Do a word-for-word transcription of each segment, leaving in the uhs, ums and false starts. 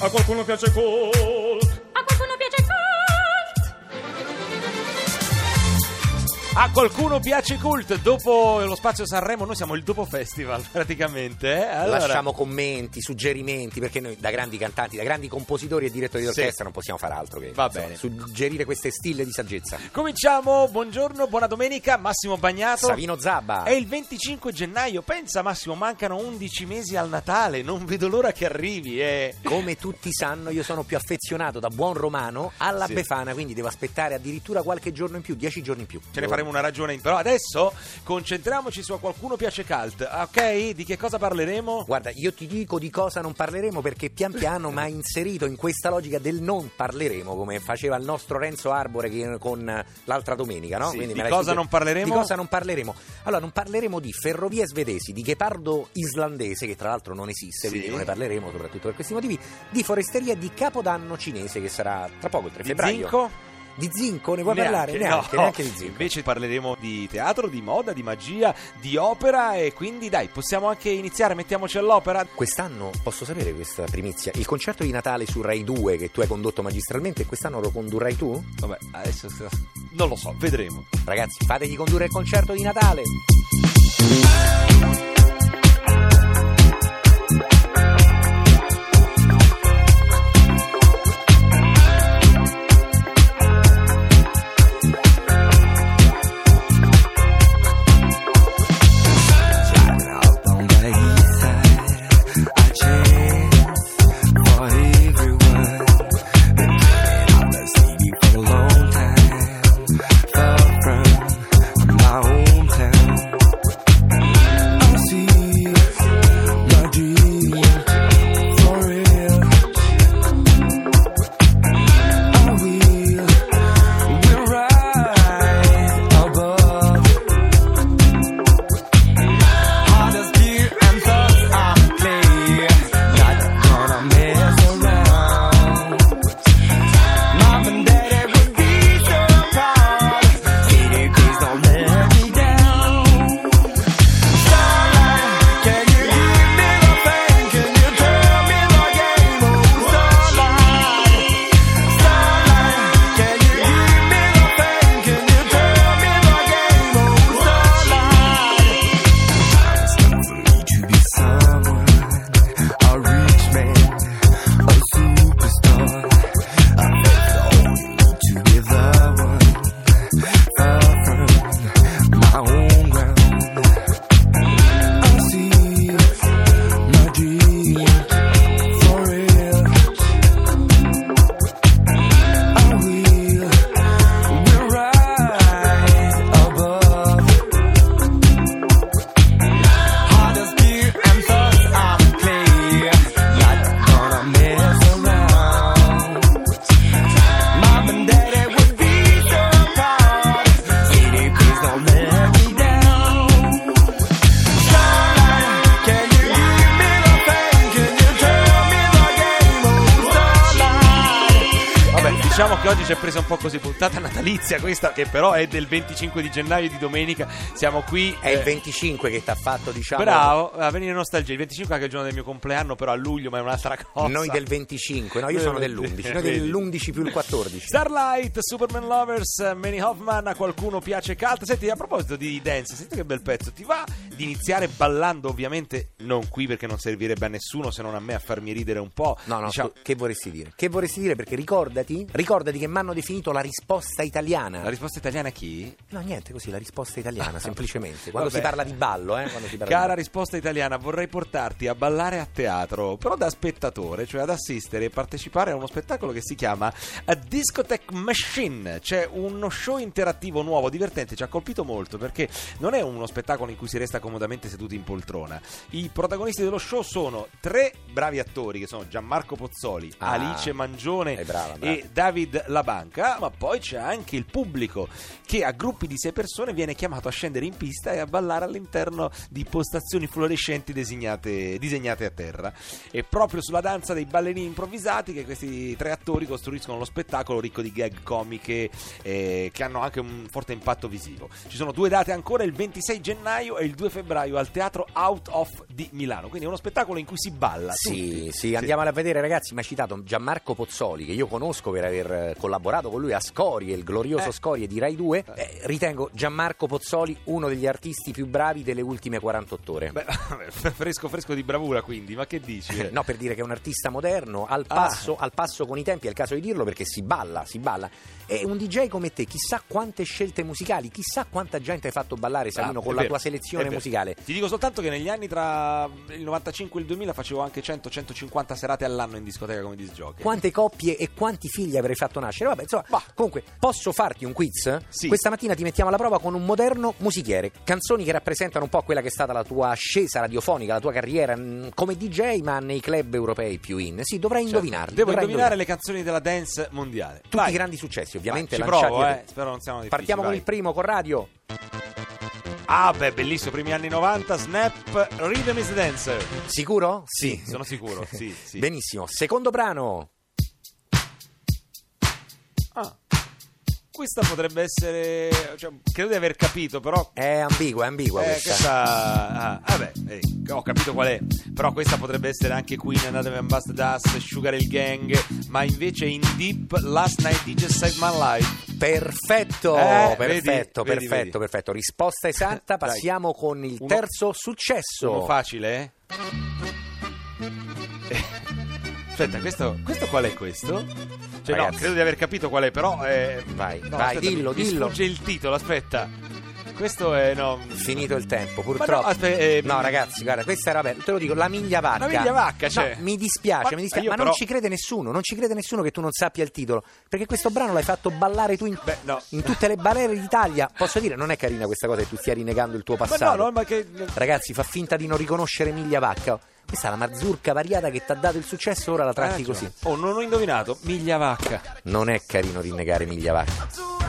A qualcuno piace Colt. A qualcuno piace Colt. A qualcuno piace Cult. Dopo lo Spazio Sanremo noi siamo il dopo festival praticamente, eh? Allora... Lasciamo commenti, suggerimenti, perché noi da grandi cantanti, da grandi compositori e direttori d'orchestra sì. non possiamo fare altro che Va insomma, bene. suggerire queste stille di saggezza. Cominciamo, buongiorno, buona domenica, Massimo Bagnato. Savino Zabba. È il venticinque gennaio, pensa Massimo, mancano undici mesi al Natale, non vedo l'ora che arrivi. Eh. Come tutti sanno io sono più affezionato da buon romano alla sì. Befana, quindi devo aspettare addirittura qualche giorno in più, dieci giorni in più. Ce ne faremo una ragione in... però adesso concentriamoci su A qualcuno piace Cult, ok? Di che cosa parleremo? Guarda, io ti dico di cosa non parleremo perché pian piano mi ha inserito in questa logica del non parleremo, come faceva il nostro Renzo Arbore che, con l'altra domenica, no? Sì, Quindi di me cosa studiato. non parleremo? Di cosa non parleremo? Allora, non parleremo di ferrovie svedesi, di ghepardo islandese, che tra l'altro non esiste, sì. quindi non ne parleremo soprattutto per questi motivi, di foresteria di Capodanno cinese, che sarà tra poco il tre Di febbraio. Zinco? Di Zinco ne vuoi Neanche, parlare? Neanche, no. neanche di Zinco. Invece parleremo di teatro, di moda, di magia, di opera e quindi dai, possiamo anche iniziare, mettiamoci all'opera. Quest'anno, posso sapere questa primizia, il concerto di Natale su Rai due che tu hai condotto magistralmente, quest'anno lo condurrai tu? Vabbè, adesso non lo so, vedremo. Ragazzi, fategli condurre il concerto di Natale! Diciamo che oggi ci è presa un po' così, puntata natalizia questa, che però è del venticinque di gennaio di domenica. Siamo qui. È eh, il venticinque che ti ha fatto, diciamo. Bravo, a venire nostalgia. Il venticinque è anche il giorno del mio compleanno, però a luglio, ma è un'altra cosa. Noi del venticinque, no, io sono dell'undici. Noi dell'undici più il quattordici. Starlight, Superman Lovers, Manny Hoffman, a qualcuno piace Cult. Senti, a proposito di dance, senti che bel pezzo. Ti va di iniziare ballando? Ovviamente non qui, perché non servirebbe a nessuno se non a me a farmi ridere un po'. No, no, diciamo... che vorresti dire? Che vorresti dire? Perché ricordati, ricordati che mi hanno definito la risposta italiana. La risposta italiana a chi? No, niente, così, la risposta italiana, semplicemente. Quando Vabbè. si parla di ballo, eh? Quando si parla Cara di... risposta italiana, vorrei portarti a ballare a teatro, però da spettatore, cioè ad assistere e partecipare a uno spettacolo che si chiama A Discotheque Machine. C'è uno show interattivo nuovo, divertente, ci ha colpito molto perché non è uno spettacolo in cui si resta comodamente seduti in poltrona. I protagonisti dello show sono tre bravi attori che sono Gianmarco Pozzoli, ah, Alice Mangione brava, brava. e David La banca, ma poi c'è anche il pubblico che a gruppi di sei persone viene chiamato a scendere in pista e a ballare all'interno di postazioni fluorescenti disegnate, disegnate a terra. E proprio sulla danza dei ballerini improvvisati che questi tre attori costruiscono lo spettacolo ricco di gag comiche eh, che hanno anche un forte impatto visivo. Ci sono due date ancora, il ventisei gennaio e il due febbraio al Teatro Out of di Milano, quindi è uno spettacolo in cui si balla. Sì, sì, andiamo a vedere, ragazzi. Mi ha citato Gianmarco Pozzoli, che io conosco per aver collaborato con lui a Scorie, il glorioso eh. Scorie di Rai due. Eh, ritengo Gianmarco Pozzoli uno degli artisti più bravi delle ultime quarantotto ore. Beh, fresco fresco di bravura, quindi, ma che dici? No, per dire che è un artista moderno, al passo, ah. al passo con i tempi, è il caso di dirlo, perché si balla, si balla. E un D J come te, chissà quante scelte musicali, chissà quanta gente hai fatto ballare, Savino, ah, con la vero, tua selezione musicale. Ti dico soltanto che negli anni tra il novantacinque e il duemila facevo anche cento centocinquanta serate all'anno in discoteca come disc jockey. Quante coppie e quanti figli avrei fatto nascere? Vabbè, insomma, bah. Comunque, posso farti un quiz? Sì. Questa mattina ti mettiamo alla prova con un moderno musichiere, canzoni che rappresentano un po' quella che è stata la tua ascesa radiofonica, la tua carriera mh, come D J, ma nei club europei più in. Sì, dovrai certo. indovinarli. Devo dovrai indovinare indovinarli. le canzoni della dance mondiale. Tutti Vai. i grandi successi, ovviamente. Vai, ci lanciati provo, eh. Spero non siano difficili. Partiamo vai. con il primo, con Radio. Ah, beh, bellissimo, primi anni novanta, Snap, Rhythm is the Dancer. Sicuro? Sì, sono sicuro, sì, sì. Benissimo. Secondo brano. Ah, questa potrebbe essere, cioè, credo di aver capito, però È ambigua, è ambigua eh, questa. questa ah, vabbè, eh, ho capito qual è, però questa potrebbe essere anche Queen, Another Man Bust Us, Sugar Hill Gang, ma invece in Deep, Last Night D J Saved My Life. Perfetto, Eh, perfetto, vedi, vedi, perfetto, vedi. perfetto. Risposta esatta. Passiamo Dai. con il Uno- terzo successo. Uno facile, eh? Aspetta, questo, questo qual è questo? Cioè, Ragazzi. no, credo di aver capito qual è, però eh, Vai, no, vai, aspetta, dillo, mi, mi dillo. sfugge il titolo, aspetta. Questo è no. Finito il tempo, Ma purtroppo. no, aspe- eh, No, ragazzi, guarda, questa era bella. Te lo dico, la miglia vacca. La miglia vacca, cioè. No, mi dispiace, Ma- mi dispiace, io ma però- non ci crede nessuno, non ci crede nessuno che tu non sappia il titolo, perché questo brano l'hai fatto ballare tu in, Beh, no. in tutte le balere d'Italia. Posso dire, non è carina questa cosa che tu stia rinnegando il tuo Ma passato. no, no, ma che Ragazzi, fa finta di non riconoscere Miglia Vacca. Questa è la mazurka variata che ti ha dato il successo, ora la tratti Eh, così. Oh, non ho indovinato, Miglia Vacca. Non è carino rinnegare Miglia Vacca.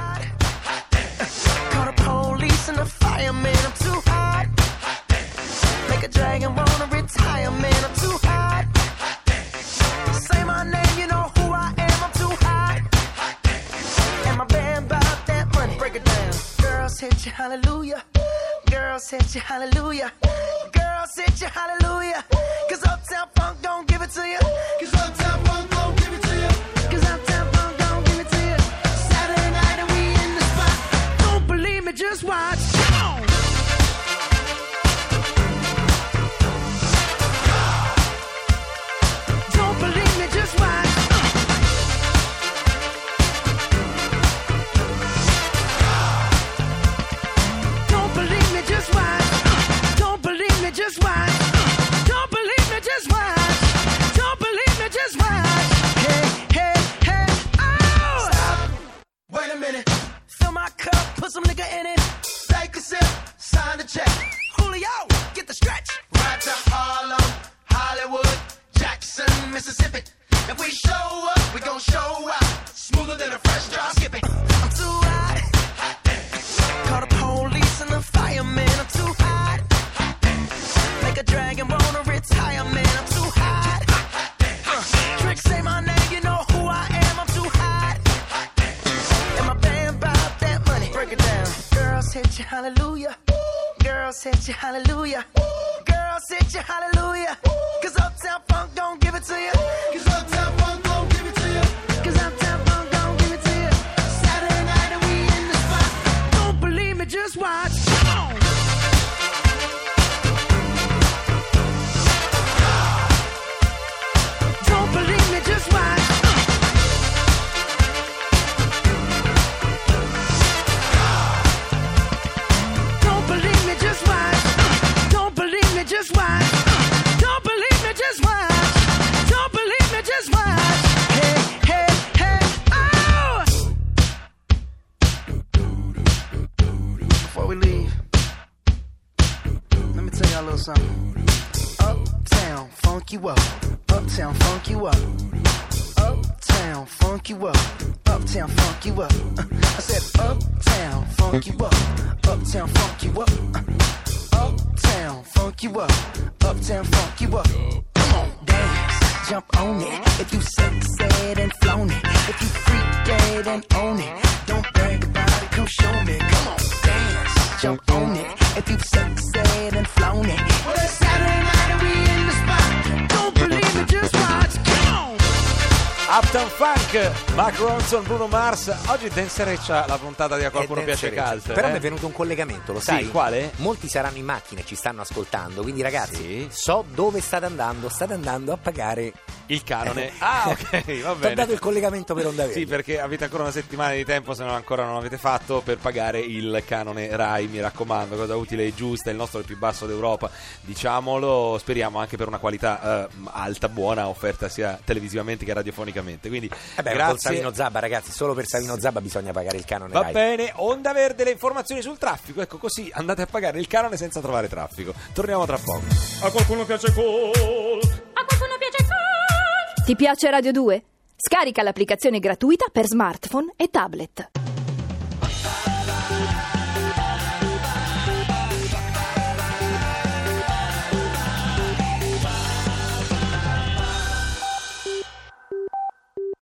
Call the police and the fireman, I'm too hot. Make a dragon wanna retire, man, I'm too hot. Say my name, you know who I am, I'm too hot. And my band bought that money, break it down. Girls hit you, hallelujah. Girls hit you, hallelujah. Girls hit you, hallelujah. Cause Uptown Funk don't give it to you. Cause Uptown Funk don't give it to you. Cause Uptown Funk don't give it to you. Saturday night and we in the spot. Don't believe me, just watch. Come on. Don't believe me, just watch. Don't believe me, just watch. Don't believe me, just watch. Don't believe me, just watch. Don't believe me, just watch. Hey, hey, hey, oh! Stop. Wait a minute. Fill my cup, put some nigga in it. Take a sip, sign the check. Julio, get the stretch. Right to Harlem, Hollywood, Jackson, Mississippi. If we show up, we gon' show out. Smoother than a fresh drop. Skip it. I'm too hot. Call the police and the fireman. I'm too hot. Make a dragon wanna retire, man. I'm too hot. Uh, Trick say my name, you know who I am. I'm too hot. And my band bought that money. Break it down. Girls hit you, hallelujah. Girls hit you, hallelujah. Girls hit you, hallelujah. Cause Uptown Funk don't give it to you. Cause Uptown Funk don't give it to you. Cause Uptown Funk don't give it to you. Saturday night and we in the spot. Don't believe me, just watch. Come on. Don't believe me, just watch. Don't believe me, just watch. Don't believe me, just watch. Don't believe me, just watch. Don't believe me, just watch. Hey, hey, hey, oh! Before we leave, let me tell y'all a little something. Uptown, funk you up. Uptown, funk you up. Uptown, funk you up. Uptown funk you up. Uh, I said uptown funk you up. Uptown funk you up. Uh, uptown funk you up. Uptown funk you up. Come on, dance, jump on it. If you sexed and flown it, if you freaked dead and own it, don't brag about it, come show me. Come on, dance, jump on it. If you sexed and flown it, well it's Saturday night and we in the spot. Don't believe me, just watch. Come on. Uptown Funk, Mark Ronson, Bruno Mars. Oggi dancereccia la puntata di A Qualcuno È Piace dancereccia. Cult. Però eh? mi è venuto un collegamento, lo Sì, sai? quale? Molti saranno in macchina e ci stanno ascoltando, quindi ragazzi, Sì. so dove state andando, state andando a pagare Il canone. Ah, ok, va Ti ho bene. dato il collegamento per Onda Verde. Sì, perché avete ancora una settimana di tempo, se non ancora non l'avete fatto, per pagare il canone Rai, mi raccomando, cosa utile e giusta, il nostro è il più basso d'Europa, diciamolo, speriamo anche per una qualità eh, alta, buona, offerta sia televisivamente che radiofonicamente. Quindi Eh beh, grazie. con Savino Zabba, ragazzi, solo per Savino Zabba bisogna pagare il canone Va Rai. bene, Onda Verde, le informazioni sul traffico, ecco così andate a pagare il canone senza trovare traffico. Torniamo tra poco. A qualcuno piace Colt. A qualcuno piace Colt. Ti piace Radio due? Scarica l'applicazione gratuita per smartphone e tablet.